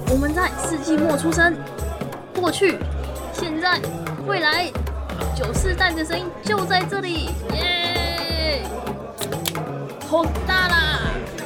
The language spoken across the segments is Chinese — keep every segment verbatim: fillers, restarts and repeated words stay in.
我们在世纪末出生，过去、现在、未来，九世代的声音就在这里，耶！好大啦！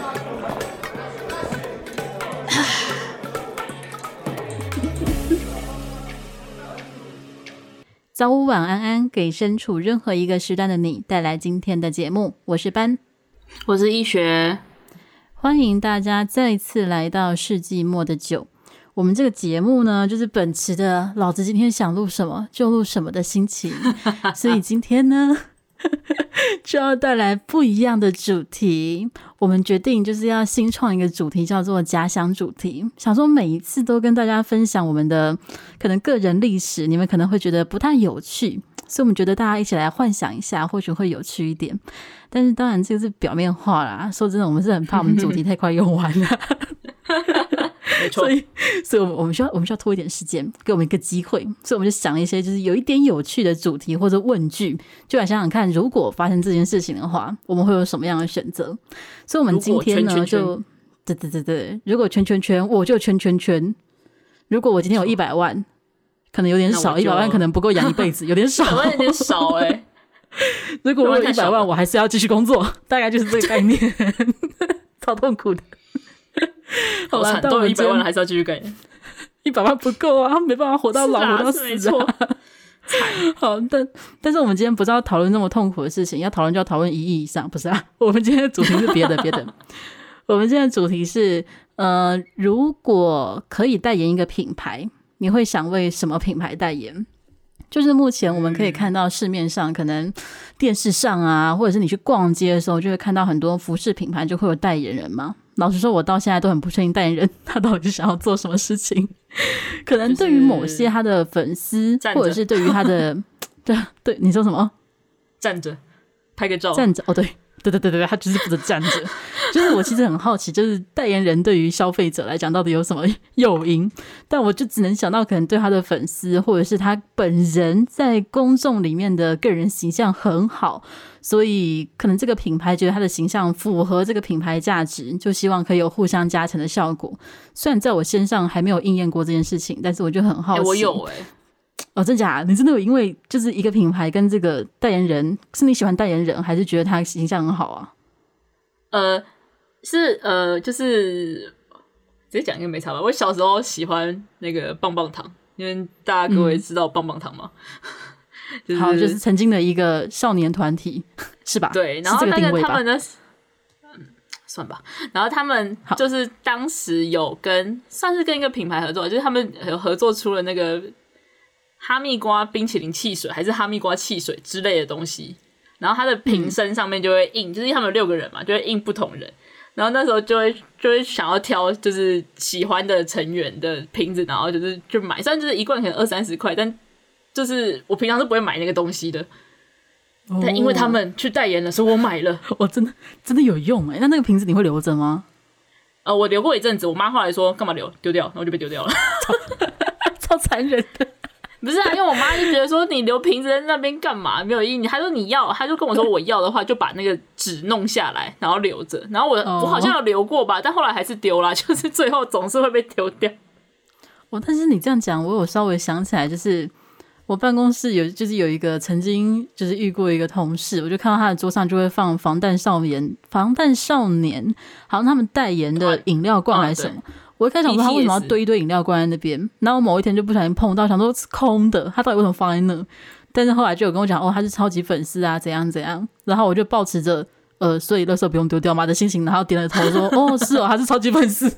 早午晚安安，给身处任何一个时段的你带来今天的节目。我是班， 我是医学， 欢迎大家再次来到世纪末的酒。我们这个节目呢，就是秉持的老子今天想录什么就录什么的心情，所以今天呢就要带来不一样的主题。我们决定就是要新创一个主题，叫做假想主题，想说每一次都跟大家分享我们的可能个人历史，你们可能会觉得不太有趣，所以我们觉得大家一起来幻想一下，或许会有趣一点。但是当然这个是表面化啦，说真的我们是很怕我们主题太快用完了没错， 所以所以我们我们需要我们需要拖一点时间，给我们一个机会，所以我们就想一些就是有一点有趣的主题或者问句，就来想想看，如果发生这件事情的话，我们会有什么样的选择。所以我们今天呢圈圈圈就对对对对，如果圈圈圈我就圈圈圈，如果我今天有一百万，可能有点少，一百万可能不够养一辈子，有点少， 有点少哎、欸。 如果我有一百万，我还是要继续工作，大概就是这个概念，超痛苦的。 好惨，都有一百万了，还是要继续干。 一百万不够啊，没办法活到老，活到死啊。好，但但是我们今天不是要讨论那么痛苦的事情，要讨论就要讨论一亿以上，不是啊？我们今天的主题是别的，别的。我们今天的主题是，呃，如果可以代言一个品牌，你会想为什么品牌代言？就是目前我们可以看到市面上可能电视上啊，或者是你去逛街的时候就会看到很多服饰品牌就会有代言人嘛。老实说我到现在都很不确定代言人他到底是想要做什么事情，可能对于某些他的粉丝、就是、或者是对于他的对对，你说什么？ 站着拍个照， 站着哦，对对对对对，他就是负责站着。就是我其实很好奇，就是代言人对于消费者来讲到底有什么诱因？但我就只能想到可能对他的粉丝或者是他本人在公众里面的个人形象很好，所以可能这个品牌觉得他的形象符合这个品牌价值，就希望可以有互相加成的效果。虽然在我身上还没有应验过这件事情，但是我就很好奇。欸、 我有哎、欸。 哦，真假的？你真的有因为就是一个品牌跟这个代言人，是你喜欢代言人，还是觉得他形象很好啊？ 呃，是呃，就是直接讲应该没差吧。我小时候喜欢那个棒棒糖，因为大家各位知道棒棒糖吗？ 嗯就是、好，就是曾经的一个少年团体，是吧？ 对，然后那个他们呢，嗯，算吧。然后他们就是当时有跟算是跟一个品牌合作，就是他们有合作出了那个哈密瓜冰淇淋汽水，还是哈密瓜汽水之类的东西。然后它的瓶身上面就会印、嗯、就是他们有六个人嘛，就会印不同人，然后那时候就会就会想要挑就是喜欢的成员的瓶子，然后就是就买，虽然就是一罐可能二三十块，但就是我平常是不会买那个东西的、哦、但因为他们去代言了，所以我买了。 我真的真的有用耶。那那个瓶子你会留着吗？ 呃，我留过一阵子，我妈后来说干嘛留，丢掉，然后就被丢掉了。 超残忍的。 不是啊，因为我妈就觉得说你留瓶子在那边干嘛，没有意义。她说你要，她就跟我说我要的话就把那个纸弄下来然后留着，然后我、哦、我好像有留过吧，但后来还是丢啦，就是最后总是会被丢掉。 哦，但是你这样讲我有稍微想起来，就是我办公室有就是有一个曾经就是遇过一个同事，我就看到他的桌上就会放防弹少年防弹少年好像他们代言的饮料罐还是什么、啊我一开始想说他为什么要堆一堆饮料罐在那边，然后某一天就不小心碰到，想说是空的，他到底为什么放在那？但是后来就有跟我讲，哦，他是超级粉丝啊，怎样怎样。然后我就抱持着呃，所以垃圾不用丢掉嘛的心情，然后点了头说，哦，是哦，他是超级粉丝，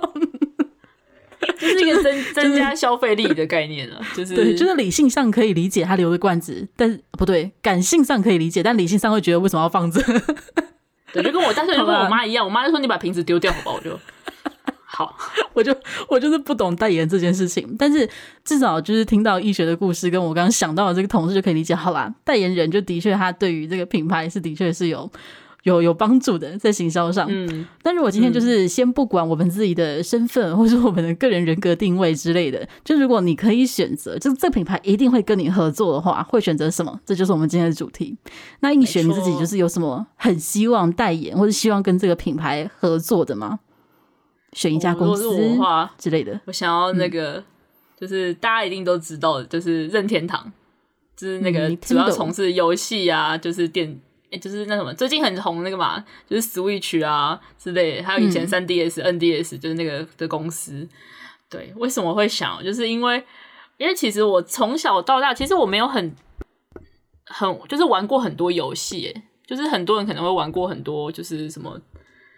就是一个增增加消费力的概念啊，就是对，就是理性上可以理解他留的罐子，但是不对，感性上可以理解，但理性上会觉得为什么要放着？ 对，就跟我当时就跟我妈一样，我妈就说你把瓶子丢掉好不好？我就。好， 我就我就是不懂代言这件事情，但是至少就是听到医学的故事，跟我刚刚想到的这个同事就可以理解。好啦，代言人就的确他对于这个品牌是的确是有有有帮助的，在行销上。嗯，但如果今天就是先不管我们自己的身份、嗯、或是我们的个人人格定位之类的，就如果你可以选择，就是这个品牌一定会跟你合作的话，会选择什么？这就是我们今天的主题。那医学你自己就是有什么很希望代言或是希望跟这个品牌合作的吗？ 选一家公司之类的。 我想要那个、嗯、就是大家一定都知道的，就是任天堂，就是那个主要从事游戏啊，就是电欸、就是那什么最近很红那个嘛，就是 Switch 啊之类的，还有以前 三 D S、嗯、N D S 就是那个的公司。对，为什么会想，就是因为因为其实我从小到大，其实我没有很很就是玩过很多游戏耶，就是很多人可能会玩过很多就是什么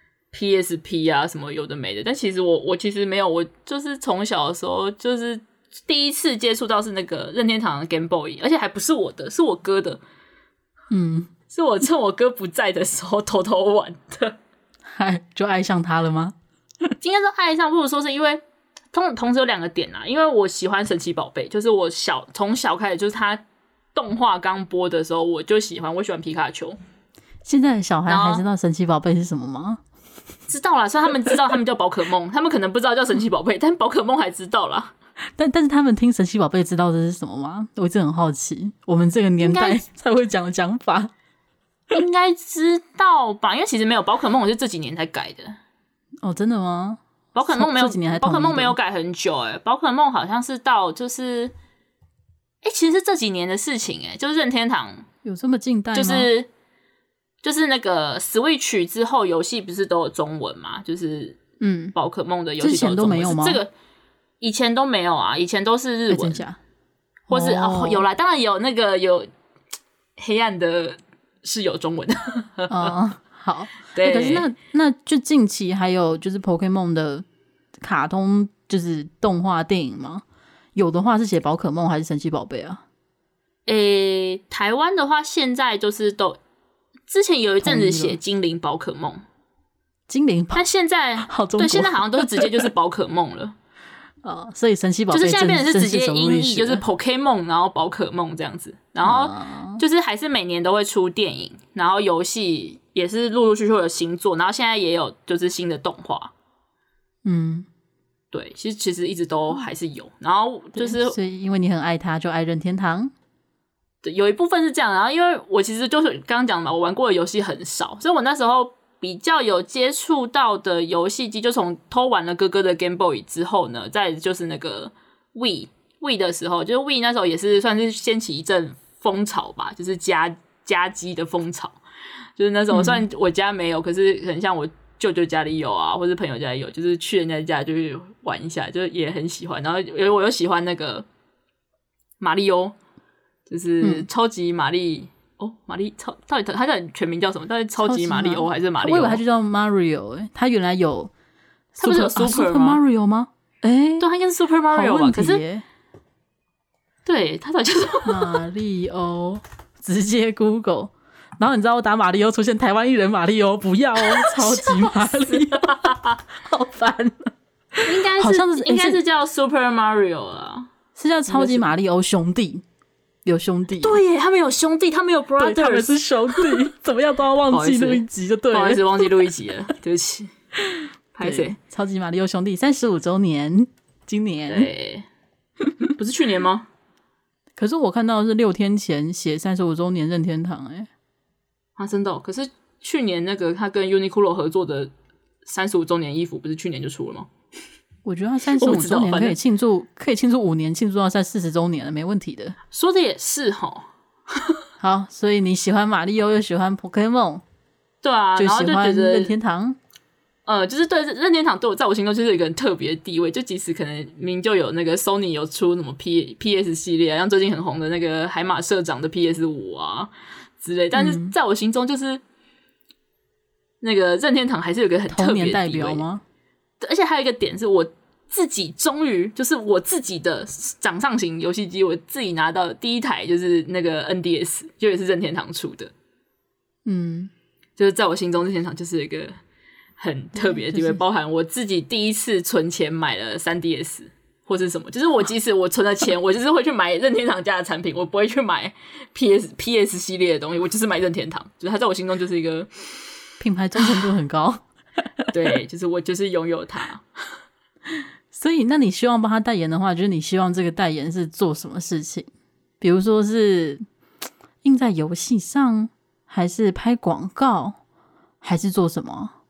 P S P 啊什么有的没的，但其实我我其实没有，我就是从小的时候就是第一次接触到是那个任天堂的 Game Boy， 而且还不是我的，是我哥的。 嗯， 是我趁我哥不在的时候偷偷玩的。 嗨，就爱上他了吗？ 应该是爱上，不如说是因为同同时有两个点啊，因为我喜欢神奇宝贝，就是我小从小开始，就是他动画刚播的时候我就喜欢，我喜欢皮卡丘。 现在的小孩还知道神奇宝贝是什么吗？ 知道啦，所以他们知道他们叫宝可梦，他们可能不知道叫神奇宝贝，但宝可梦还知道啦。 但但是他们听神奇宝贝知道这是什么吗？我一直很好奇，我们这个年代才会讲的讲法。 应该知道吧，因为其实没有宝可梦，我是这几年才改的。 哦，真的吗？ 宝可梦没有， 这几年还宝可梦没有改很久哎、欸，宝可梦好像是到就是，哎、欸，其实是这几年的事情哎、欸，就是任天堂有这么近代吗？ 就是就是那个 Switch 之后，游戏不是都有中文嘛？就是嗯，宝可梦的游戏之前都没有吗？ 这个以前都没有啊，以前都是日文，欸、 真假？ 或是、哦哦、有啦，当然有那个有黑暗的。是有中文的哦，好， 对。 欸、可是那那就近期还有就是 Pokemon 的卡通，就是动画电影吗？有的话是写宝可梦还是神奇宝贝啊？ 诶、欸，台湾的话现在就是都之前有一阵子写精灵宝可梦， 精灵， 但现在好中国对，现在好像都是直接就是宝可梦了。 哦，所以神奇宝贝就是现在变成是直接音译，就是 Pokemon， 然后宝可梦这样子，然后就是还是每年都会出电影，然后游戏也是陆陆续续有新作，然后现在也有就是新的动画。 嗯， 对，其实其实一直都还是有，然后就是所以因为你很爱它，就爱任天堂。 对，有一部分是这样，然后因为我其实就是刚刚讲嘛，我玩过的游戏很少，所以我那时候。比较有接触到的游戏机，就从偷玩了哥哥的 Game Boy 之后呢，再就是那个 Wii Wii 的时候，就是 Wii 那时候也是算是掀起一阵风潮吧，就是家家机的风潮，就是那时候虽然我家没有，嗯、可是很像我舅舅家里有啊，或者朋友家里有，就是去人家家就去玩一下，就也很喜欢。然后因为我又喜欢那个马里欧，就是超级玛丽。嗯哦，玛丽超到底他叫全名叫什么？到底超级马里欧还是马里欧？ 我以为他就叫 Mario， 哎、欸，他原来有 Super, 他不是有 Super, Super Mario 吗？哎、欸， 对，他应该是 Super Mario 吧？可是，对他到底叫什么？马里欧，直接 Google， 然后你知道我打马里欧出现台湾艺人马里欧，不要哦，超级马里欧，好烦。 应该是好像是应该是叫 Super Mario 啦， 是叫超级马里欧兄弟。有兄弟， 对耶，他们有兄弟，他们有 brothers， 他们是兄弟，怎么样都要忘记录一集就对了。 不好意思，忘记录一集了，对不起。拍谁？ 超级马里奥兄弟三十五周年，今年对，不是去年吗？ 可是我看到的是六天前写三十五周年任天堂、欸，哎， 啊，真的、哦？可是去年那个他跟 Uniqlo 合作的三十五周年衣服，不是去年就出了吗？ 我觉得他三十五周年可以庆祝，可以庆祝五年，庆祝到三四十周年了，没问题的。 说的也是齁。 好，所以你喜欢马里奥，又喜欢 Pokemon， 对啊， 就喜欢任天堂。呃，就是对任天堂对我在我心中就是有一个很特别的地位，就即使可能明明就有那个 Sony 有出什么 P PS 系列、啊，像最近很红的那个海马社长的 P S 五 啊之类，但是在我心中就是、嗯、那个任天堂还是有一个很特别的地位代表吗？ 而且还有一个点是我自己终于就是我自己的掌上型游戏机，我自己拿到第一台就是那个 N D S， 就也是任天堂出的。 嗯， 就是在我心中任天堂就是一个很特别的地位、就是、包含我自己第一次存钱买了 三 D S 或是什么，就是我即使我存了钱我就是会去买任天堂家的产品，我不会去买 P S P S 系列的东西，我就是买任天堂，就是它在我心中就是一个品牌忠诚度很高。 对，就是我就是拥有它。 所以那你希望帮他代言的话，就是你希望这个代言是做什么事情？比如说是印在游戏上，还是拍广告，还是做什么？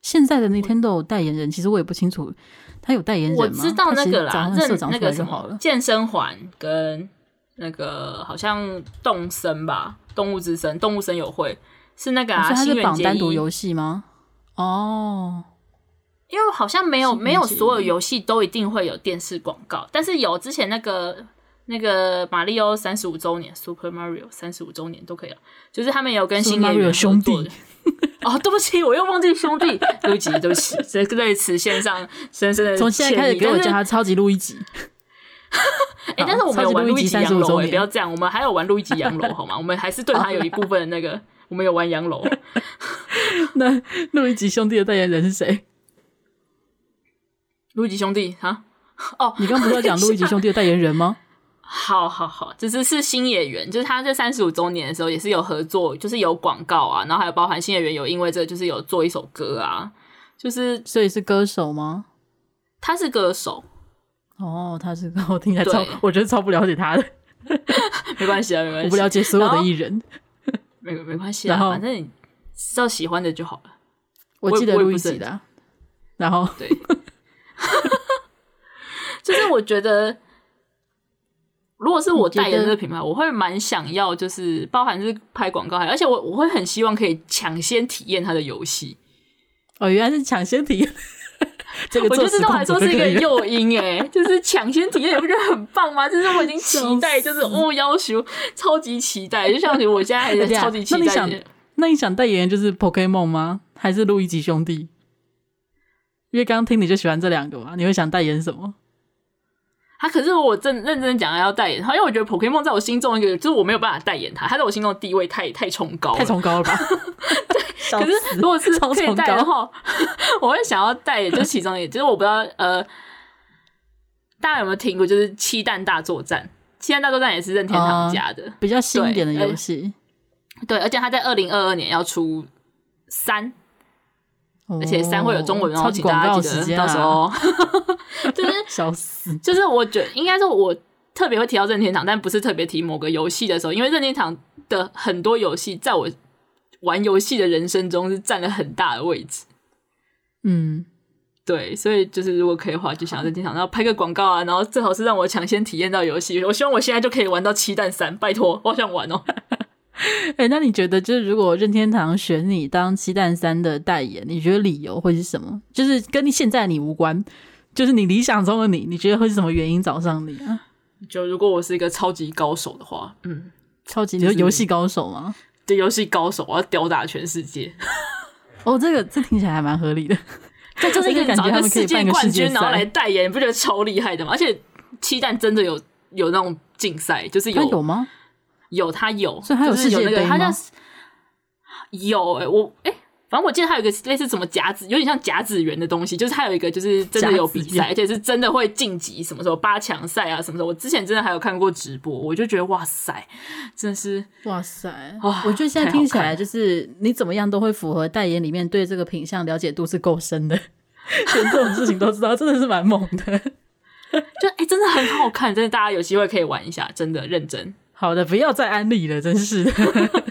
现在的 Nintendo 代言人，其实我也不清楚他有代言人吗？ 我知道那个啦， 认那个什么健身环跟那个好像动森吧，动物之森，动物森友会是那个啊， 哦、 新垣结衣。 它是绑单独游戏吗？哦， 因为好像没有没有所有游戏都一定会有电视广告，但是有之前那个那个马里奥三十五周年 ，Super Mario 三十五周年都可以了，就是他们有跟新演员合作的。兄弟哦，对不起，我又忘记兄弟，对不起，对不起，在在此线上深深的从现在开始给我叫他超级录一集。 哎、欸，但是我们有玩路易吉洋楼，不要这样，我们还有玩路易吉洋楼好吗？我们还是对他有一部分的那个，我们有玩洋楼。 那路易吉兄弟的代言人是谁？ 路易吉兄弟啊？哦， 你刚刚不是要讲路易吉兄弟的代言人吗？ 好好好，这是是新演员，就是他在三十五周年的时候也是有合作，就是有广告啊，然后还有包含新演员有因为这个就是有做一首歌啊，就是所以是歌手吗？ 他是歌手。 哦，他是我听起来超，我觉得超不了解他的。 没关系啊，没关系， 我不了解所有的艺人。 没没关系啊，反正你知道喜欢的就好了。 我记得路易吉的、啊，然后对，就是我觉得。如果是我代言这个品牌，我会蛮想要，就是包含是拍广告，而且我我会很希望可以抢先体验它的游戏。 哦，原来是抢先体验，这个我觉得对我来说是一个诱因哎，就是抢先体验，你不觉得很棒吗？就是我已经期待，就是哦，要求超级期待，就像我现在还是超级期待。那你想，那你想代言就是 Pokémon 吗？还是路易吉兄弟？因为刚刚听你就喜欢这两个嘛，你会想代言什么？ 他、啊、可是我真认真讲要代言他，因为我觉得 Pokémon 在我心中一个就是我没有办法代言他，他在我心中的地位太太崇高了， 太崇高了吧？ 对，可是如果是可以代言的话，我会想要代言，就是其中一个，就是我不知道呃，大家有没有听过，就是《七弹大作战》，《七弹大作战》也是任天堂家的， 呃、比较新一点的游戏。 对，而且他在二零二二年要出三。而且三会有中文哦， 超级广告时间、啊、 到时候就是笑死， 就是我觉得应该说，我特别会提到任天堂，但不是特别提某个游戏的时候，因为任天堂的很多游戏在我玩游戏的人生中是占了很大的位置。 嗯， 对，所以就是如果可以的话，就想任天堂，然后拍个广告啊，然后最好是让我抢先体验到游戏。我希望我现在就可以玩到七弹三，拜托，我好想玩哦。 哎、欸，那你觉得就是如果任天堂选你当七弹三的代言，你觉得理由会是什么？就是跟你现在你无关，就是你理想中的你，你觉得会是什么原因找上你啊？ 就如果我是一个超级高手的话，嗯， 超级游戏高手吗？ 对，游戏高手，我要吊打全世界。 哦，这个这听起来还蛮合理的。 这就是一个感觉他们可以办个世界冠军，然后来代言，你不觉得超厉害的吗？而且七弹真的有有那种竞赛，就是有他有吗？ 有，他有， 所以他有世界杯吗？ 就是有哎、欸，我哎、欸，反正我记得他有一个类似什么甲子，有点像甲子园的东西，就是他有一个就是真的有比赛，而且是真的会晋级，什么时候八强赛啊，什么时候。我之前真的还有看过直播，我就觉得哇塞，真的是哇塞！我觉得现在听起来就是你怎么样都会符合代言里面对这个品项了解度是够深的，连这种事情都知道，真的是蛮猛的。 就哎、欸，真的很好看，真的大家有机会可以玩一下，真的认真。 好的，不要再安利了，真是的。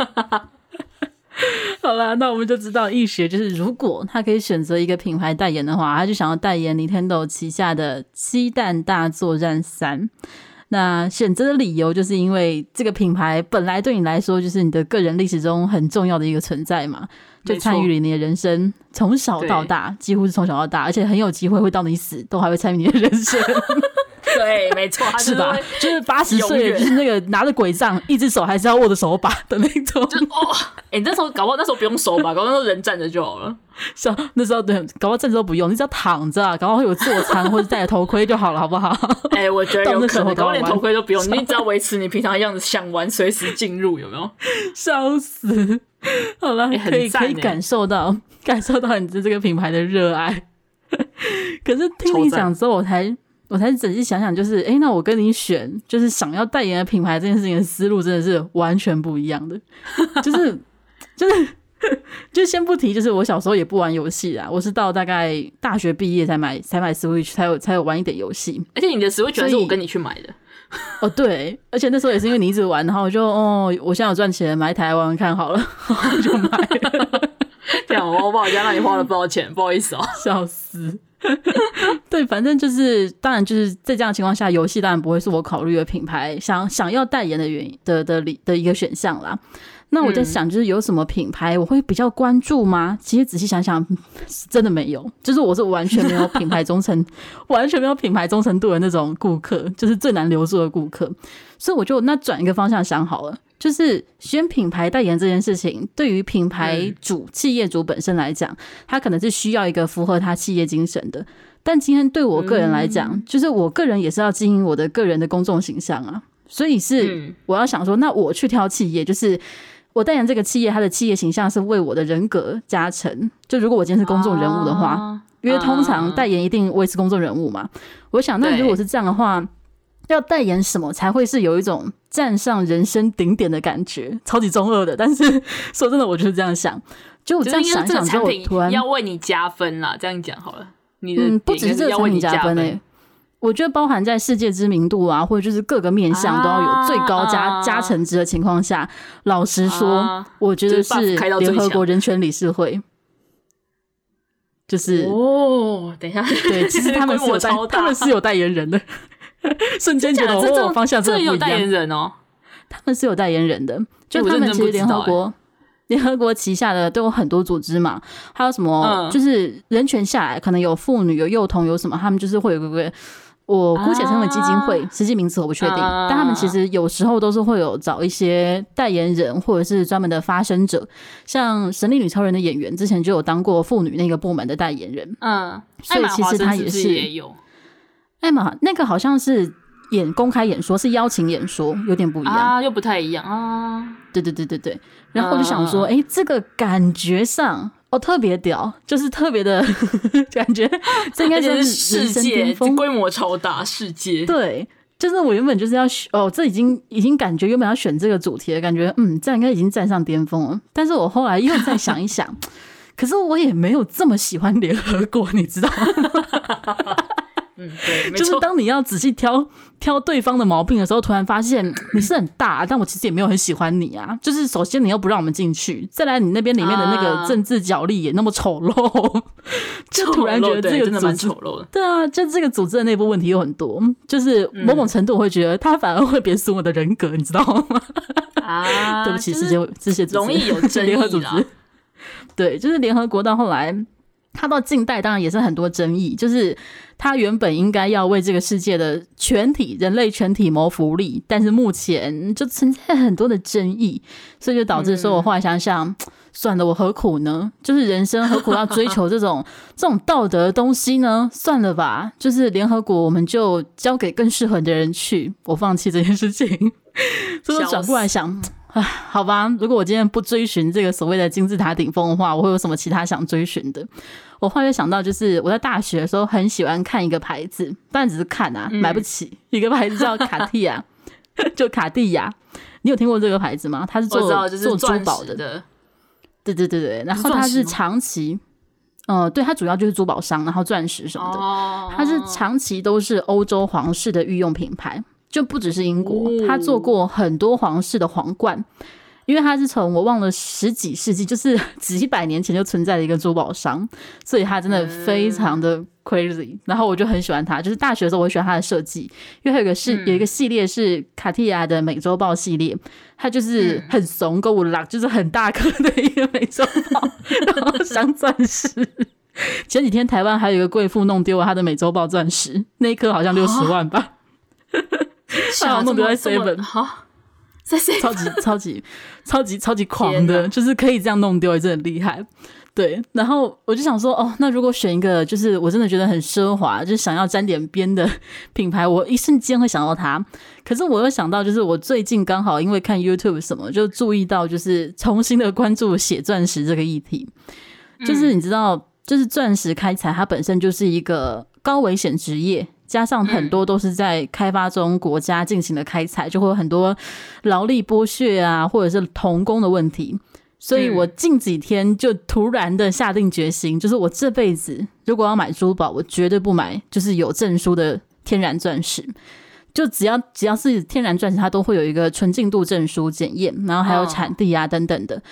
好啦，那我们就知道易学就是如果他可以选择一个品牌代言的话，他就想要代言 Nintendo 旗下的七弹大作战三。那选择的理由就是因为这个品牌本来对你来说就是你的个人历史中很重要的一个存在嘛，就参与了你的人生，从小到大，几乎是从小到大，而且很有机会会到你死都还会参与你的人生。 对，没错， 是吧？就是八十岁，就是那个拿着鬼杖，一只手还是要握着手把的那种。 就哦，哎、欸，那时候搞不好那时候不用手把，搞不好那时候人站着就好了。 是啊，那时候对，搞不好站着都不用，你只要躺着、啊，搞不好会有座舱或者戴着头盔就好了，好不好？ 哎、欸，我觉得有可能，搞不好连头盔都不用，你只要维持你平常的样子，想玩随时进入，有没有？ 笑死！好了、欸，可以可以感受到感受到你对这个品牌的热爱。可是听你讲之后，我才。我才仔细想想，就是哎、欸，那我跟你选，就是想要代言的品牌这件事情的思路真的是完全不一样的。就是就是就先不提，就是我小时候也不玩游戏啦，我是到大概大学毕业才买才买 Switch， 才有才有玩一点游戏。 而且你的 Switch 是我跟你去买的。 哦，对，而且那时候也是因为你一直玩，然后我就哦，我现在有赚钱，买一台玩玩看好了，然后就买了。 这样我不好意思让你花了不少钱，不好意思哦， 笑死。对，反正就是当然就是在这样的情况下，游戏当然不会是我考虑的品牌想想要代言的原因的的的一个选项啦。那我在想就是有什么品牌我会比较关注吗？其实仔细想想真的没有，就是我是完全没有品牌忠诚完全没有品牌忠诚度的那种顾客，就是最难留住的顾客。所以我就那转一个方向想好了，就是选品牌代言这件事情对于品牌主、嗯、企业主本身来讲，他可能是需要一个符合他企业精神的，但今天对我个人来讲、嗯、就是我个人也是要经营我的个人的公众形象啊，所以是我要想说那我去挑企业，就是我代言这个企业，它的企业形象是为我的人格加成。就如果我今天是公众人物的话、啊、因为通常代言一定我也是公众人物嘛，我想那如果是这样的话，要代言什么才会是有一种站上人生顶点的感觉，超级中二的，但是说真的我就是这样想。就我这样想一想之后，我突然要为你加分啦，这样讲好了。你的嗯，不只是这个产品加分诶、欸，我觉得包含在世界知名度啊，或者就是各个面向都要有最高加、啊、加成值的情况下，老实说、啊、我觉得是联合国人权理事会，就是哦，等一下， 对，其实他们是有代他们是有代言人的，瞬间觉得我、哦、方向真的不一样， 这有代言人哦， 他们是有代言人的，就他们其实联合国。联合国旗下的都有很多组织嘛，还有什么、嗯、就是人权下来可能有妇女有幼童有什么，他们就是会有一个我姑且称为基金会、啊、实际名词我不确定、啊、但他们其实有时候都是会有找一些代言人或者是专门的发声者，像神力女超人的演员之前就有当过妇女那个部门的代言人，嗯，所以其实他也是也有艾玛那个好像是演公开演说，是邀请演说，有点不一样啊，又不太一样啊。 对对对对对，然后我就想说，哎、嗯，这个感觉上哦特别屌，就是特别的感觉，这应该是世界规模超大，世界对。就是我原本就是要哦，这已经已经感觉原本要选这个主题的感觉，嗯，这样应该已经站上巅峰了。但是我后来又再想一想，可是我也没有这么喜欢联合国，你知道吗？ 嗯，对， 就是当你要仔细挑挑对方的毛病的时候，突然发现你是很大，但我其实也没有很喜欢你啊。就是首先你又不让我们进去，再来你那边里面的那个政治角力也那么丑陋，啊、就突然觉得这个真的蛮丑陋的。 对啊，就这个组织的内部问题有很多，就是某种程度我会觉得他反而会贬损我的人格，你知道吗？啊，对不起，世界这些容易有争议啦。 对，就是联合国到后来。他到近代当然也是很多争议，就是他原本应该要为这个世界的全体人类全体谋福利，但是目前就存在很多的争议，所以就导致说我后来想想、嗯、算了，我何苦呢？就是人生何苦要追求这种这种道德的东西呢？算了吧，就是联合国我们就交给更适合的人去，我放弃这件事情。所以我转过来想唉，好吧，如果我今天不追寻这个所谓的金字塔顶峰的话，我会有什么其他想追寻的？我后来想到，就是我在大学的时候很喜欢看一个牌子，当然只是看啊，嗯、买不起。一个牌子叫卡地亚，就卡地亚。你有听过这个牌子吗？它是做就是做珠宝的。对对对对，然后它是长期，呃，对，它主要就是珠宝商，然后钻石什么的，哦、它是长期都是欧洲皇室的御用品牌。就不只是英国，他做过很多皇室的皇冠，因为他是从我忘了十几世纪，就是几百年前就存在的一个珠宝商，所以他真的非常的 crazy。然后我就很喜欢他，就是大学的时候我喜欢他的设计，因为他有一个是有一个系列是卡地亚的美洲豹系列，它就是很怂购物啦，就是很大颗的一个美洲豹，然后镶钻石。前几天台湾还有一个贵妇弄丢了他的美洲豹钻石，那一颗好像六十万吧。啊，弄丢在 seven， 好，在 seven， 超级超级超级超级狂的，就是可以这样弄丢，真的很厉害。对，然后我就想说，哦，那如果选一个，就是我真的觉得很奢华，就是想要沾点边的品牌，我一瞬间会想到它。可是我又想到，就是我最近刚好因为看 YouTube 什么，就注意到，就是重新的关注血钻石这个议题。就是你知道，就是钻石开采它本身就是一个高危险职业。加上很多都是在开发中国家进行的开采，就会有很多劳力剥削啊，或者是童工的问题。所以我近几天就突然的下定决心，就是我这辈子如果要买珠宝，我绝对不买就是有证书的天然钻石。就只要只要是天然钻石，它都会有一个纯净度证书检验，然后还有产地啊等等的。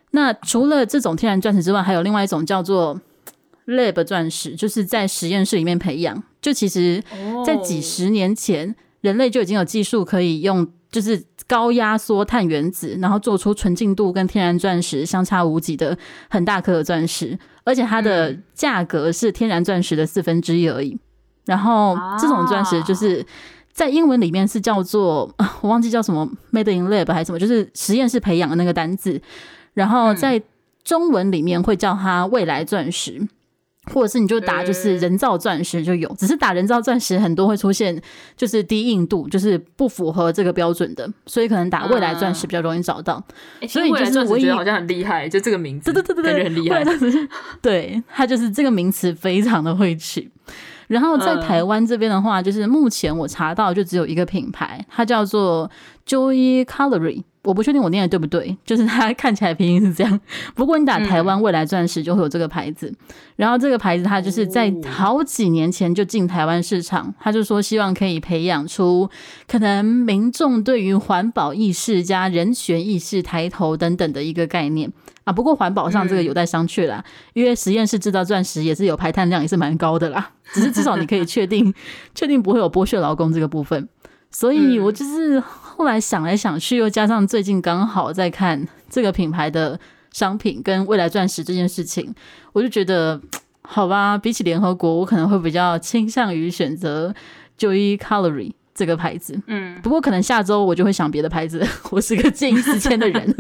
那除了这种天然钻石之外，还有另外一种叫做 lab 钻石，就是在实验室里面培养。就其实在几十年前、哦、人类就已经有技术可以用就是高压缩碳原子，然后做出纯净度跟天然钻石相差无几的很大颗的钻石，而且它的价格是天然钻石的四分之一而已。然后这种钻石就是在英文里面是叫做我忘记叫什么 made in lab 还是什么，就是实验室培养的那个单字，然后在中文里面会叫它未来钻石，或者是你就打就是人造钻石就有，只是打人造钻石很多会出现就是低硬度，就是不符合这个标准的，所以可能打未来钻石比较容易找到、 嗯、所以就是我觉得好像很厉害，就这个名字对对对对感觉很厉害， 对，它就是这个名词非常的会取。然后在台湾这边的话、嗯、就是目前我查到就只有一个品牌，它叫做 Joy Colory， 我不确定我念的对不对，就是它看起来拼音是这样，不过你打台湾未来钻石就会有这个牌子、嗯、然后这个牌子它就是在好几年前就进台湾市场，它就说希望可以培养出可能民众对于环保意识加人权意识抬头等等的一个概念啊，不过环保上这个有待商榷啦、嗯、因为实验室制造钻石也是有排碳量也是蛮高的啦，只是至少你可以确定确定不会有剥削劳工这个部分。所以我就是后来想来想去，又加上最近刚好在看这个品牌的商品跟未来钻石这件事情，我就觉得好吧，比起联合国我可能会比较倾向于选择 Joy Colory 这个牌子。嗯，不过可能下周我就会想别的牌子，我是个见异思迁的人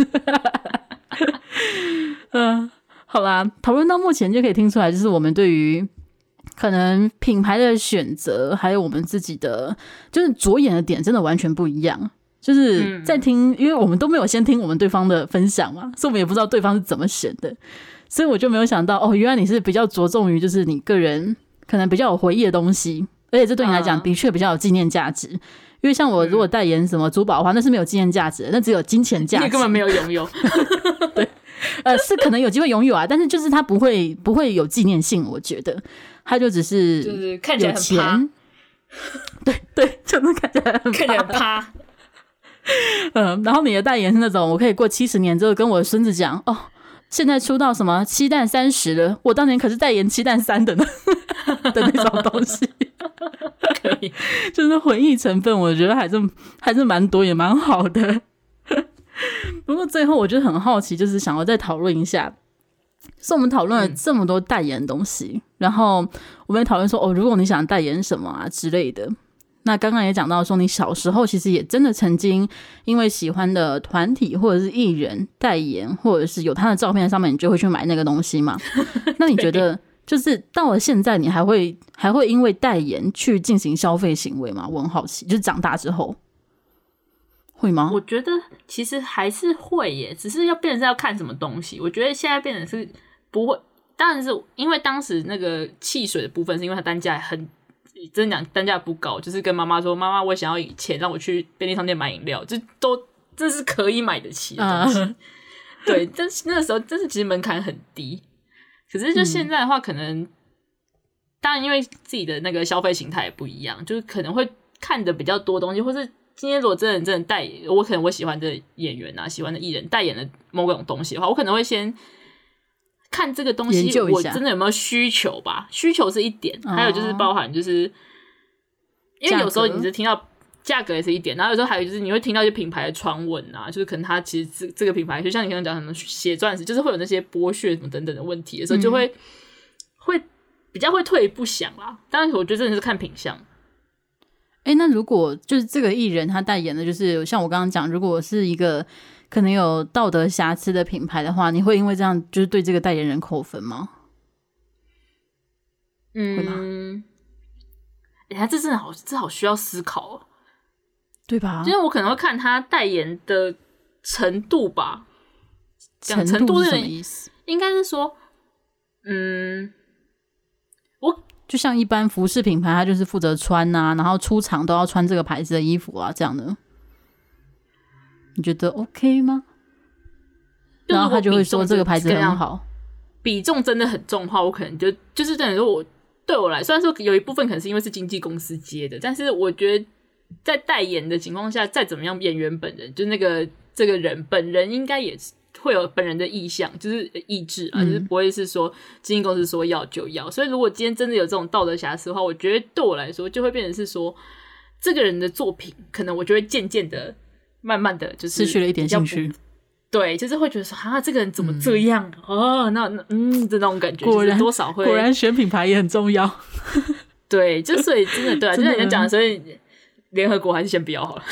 嗯，好啦，讨论到目前就可以听出来，就是我们对于可能品牌的选择还有我们自己的就是着眼的点真的完全不一样，就是在听、嗯、因为我们都没有先听我们对方的分享嘛，所以我们也不知道对方是怎么选的，所以我就没有想到哦，原来你是比较着重于就是你个人可能比较有回忆的东西，而且这对你来讲的确比较有纪念价值、嗯、因为像我如果代言什么珠宝的话，那是没有纪念价值的，那只有金钱价值， 你根本没有拥有对，呃，是可能有机会拥有啊，但是就是它不会不会有纪念性，我觉得它就只是就是看起来很趴，对对，就是看起来很看起来很趴嗯，然后你的代言是那种我可以过七十年之后跟我的孙子讲，哦，现在出到什么七蛋三十了，我当年可是代言七蛋三的呢的那种东西可以， 就是回忆成分我觉得还是还是蛮多也蛮好的不过最后我就很好奇，就是想要再讨论一下，是我们讨论了这么多代言的东西、嗯、然后我们也讨论说哦，如果你想代言什么啊之类的，那刚刚也讲到说你小时候其实也真的曾经因为喜欢的团体或者是艺人代言，或者是有他的照片在上面，你就会去买那个东西嘛那你觉得就是到了现在你还会还会因为代言去进行消费行为吗？我很好奇，就是长大之后会吗？ 我觉得其实还是会耶，只是要变成是要看什么东西。我觉得现在变成是不会，当然是因为当时那个汽水的部分是因为它单价很真的讲单价不高，就是跟妈妈说妈妈我想要钱让我去便利商店买饮料，这都这是可以买得起的东西、uh. 对，但是那个时候真是其实门槛很低，可是就现在的话、嗯、可能当然因为自己的那个消费形态也不一样，就是可能会看的比较多东西，或是今天如果真的真的代言，我可能我喜欢的演员啊喜欢的艺人代言的某种东西的话，我可能会先看这个东西我真的有没有需求吧，需求是一点、哦、还有就是包含就是因为有时候你是听到价格也是一点，然后有时候还有就是你会听到一些品牌的传闻啊，就是可能它其实这这个品牌就像你刚刚讲什么血钻石，就是会有那些剥削什么等等的问题的时候、嗯、就会会比较会退一步想啦。当然我觉得真的是看品相。 欸，那如果就是这个艺人他代言的就是像我刚刚讲，如果是一个可能有道德瑕疵的品牌的话，你会因为这样就是对这个代言人扣分吗？ 嗯，会吗？欸，这真的好这好需要思考哦， 对吧？ 因为我可能会看他代言的程度吧。 程度是什么意思？ 应该是说嗯我就像一般服饰品牌他就是负责穿啊，然后出场都要穿这个牌子的衣服啊，这样的你觉得 OK 吗？然后他就会说这个牌子很好， 比重真的很重的话，我可能就就是等于说我对我来，虽然说有一部分可能是因为是经纪公司接的，但是我觉得在代言的情况下，再怎么样演员本人就那个这个人本人应该也会有本人的意向，就是意志啊，嗯、就是不会是说经纪公司说要就要。所以如果今天真的有这种道德瑕疵的话，我觉得对我来说就会变成是说，这个人的作品可能我就会渐渐的、慢慢的就是失去了一点兴趣。 对，就是会觉得说啊，这个人怎么这样、嗯、哦？那那嗯，这种感觉， 果然就是多少会果然选品牌也很重要。 对，就所以真的对啊，就像你讲的，所以联合国还是先不要好了。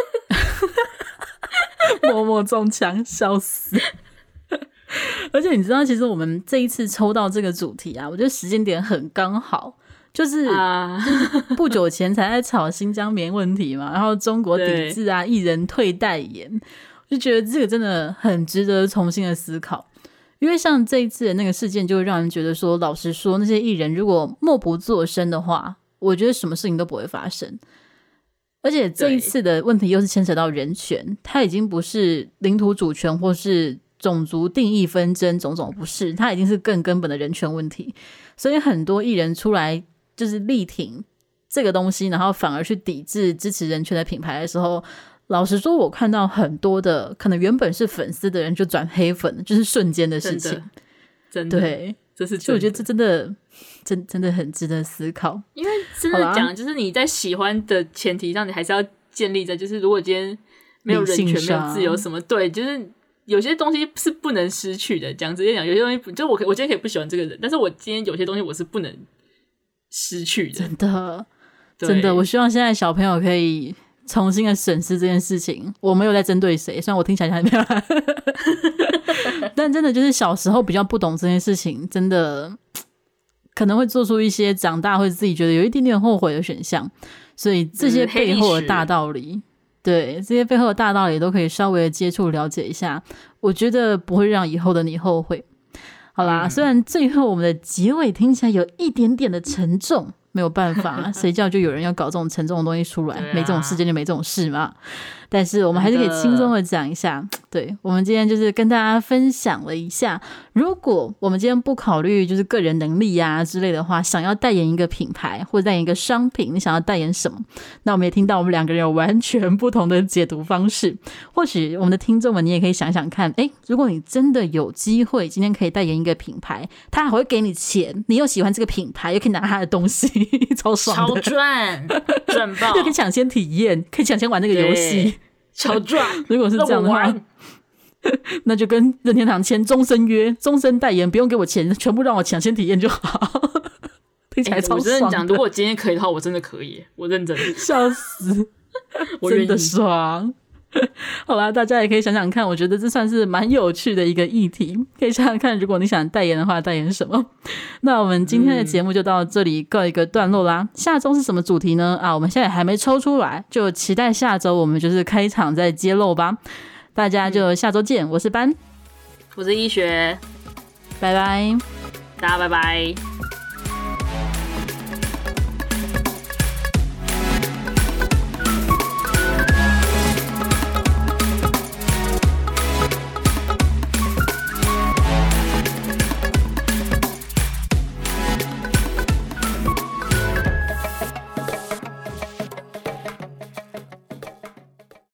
默默中枪，笑死！而且你知道，其实我们这一次抽到这个主题啊，我觉得时间点很刚好，就是不久前才在吵新疆棉问题嘛，然后中国抵制啊，艺人退代言。就觉得这个真的很值得重新的思考，因为像这一次的那个事件就会让人觉得说，老实说那些艺人如果默不作声的话，我觉得什么事情都不会发生。而且这一次的问题又是牵扯到人权，它已经不是领土主权或是种族定义纷争种种，不是，它已经是更根本的人权问题。所以很多艺人出来就是力挺这个东西，然後反而去抵制支持人权的品牌的时候，老实说我看到很多的可能原本是粉丝的人就转黑粉，就是瞬间的事情。真的， 真的对， 这是真的。 所以我觉得这真的真真的很值得思考。 因为真的讲，就是你在喜欢的前提上，你还是要建立在就是如果今天没有人权、没有自由什么，对，就是有些东西是不能失去的。讲直接讲，有些东西就我我今天可以不喜欢这个人，但是我今天有些东西我是不能失去的。 真的，真的，我希望现在小朋友可以重新的审视这件事情。我没有在针对谁，虽然我听起来还没有但真的就是小时候比较不懂这件事情，真的可能会做出一些长大会自己觉得有一点点后悔的选项。所以这些背后的大道理、嗯、对，这些背后的大道理都可以稍微的接触了解一下，我觉得不会让以后的你后悔。好啦、嗯、虽然最后我们的结尾听起来有一点点的沉重，没有办法，谁叫就有人要搞这种沉重的东西出来、啊、没这种事件就没这种事嘛。但是我们还是可以轻松的讲一下，对，我们今天就是跟大家分享了一下，如果我们今天不考虑就是个人能力啊之类的话，想要代言一个品牌或者代言一个商品，你想要代言什么，那我们也听到我们两个人有完全不同的解读方式。或许我们的听众们你也可以想想看，诶，如果你真的有机会今天可以代言一个品牌，他还会给你钱，你又喜欢这个品牌，又可以拿他的东西，超爽的， 超赚，赚爆， 又可以抢先体验，可以抢先玩那个游戏， 超赚。 如果是这样的话，那就跟任天堂签终身约，终身代言，不用给我钱，全部让我抢先体验就好。听起来超爽的、欸、我真的讲， 如果今天可以的话，我真的可以，我认真的笑死，真的爽。好啦，大家也可以想想看，我觉得这算是蛮有趣的一个议题，可以想想看，如果你想代言的话，代言什么。那我们今天的节目就到这里告一个段落啦、嗯、下周是什么主题呢？啊，我们现在还没抽出来，就期待下周我们就是开场再揭露吧。大家就下周见，我是班， 我是医学， 拜拜， 大家拜拜。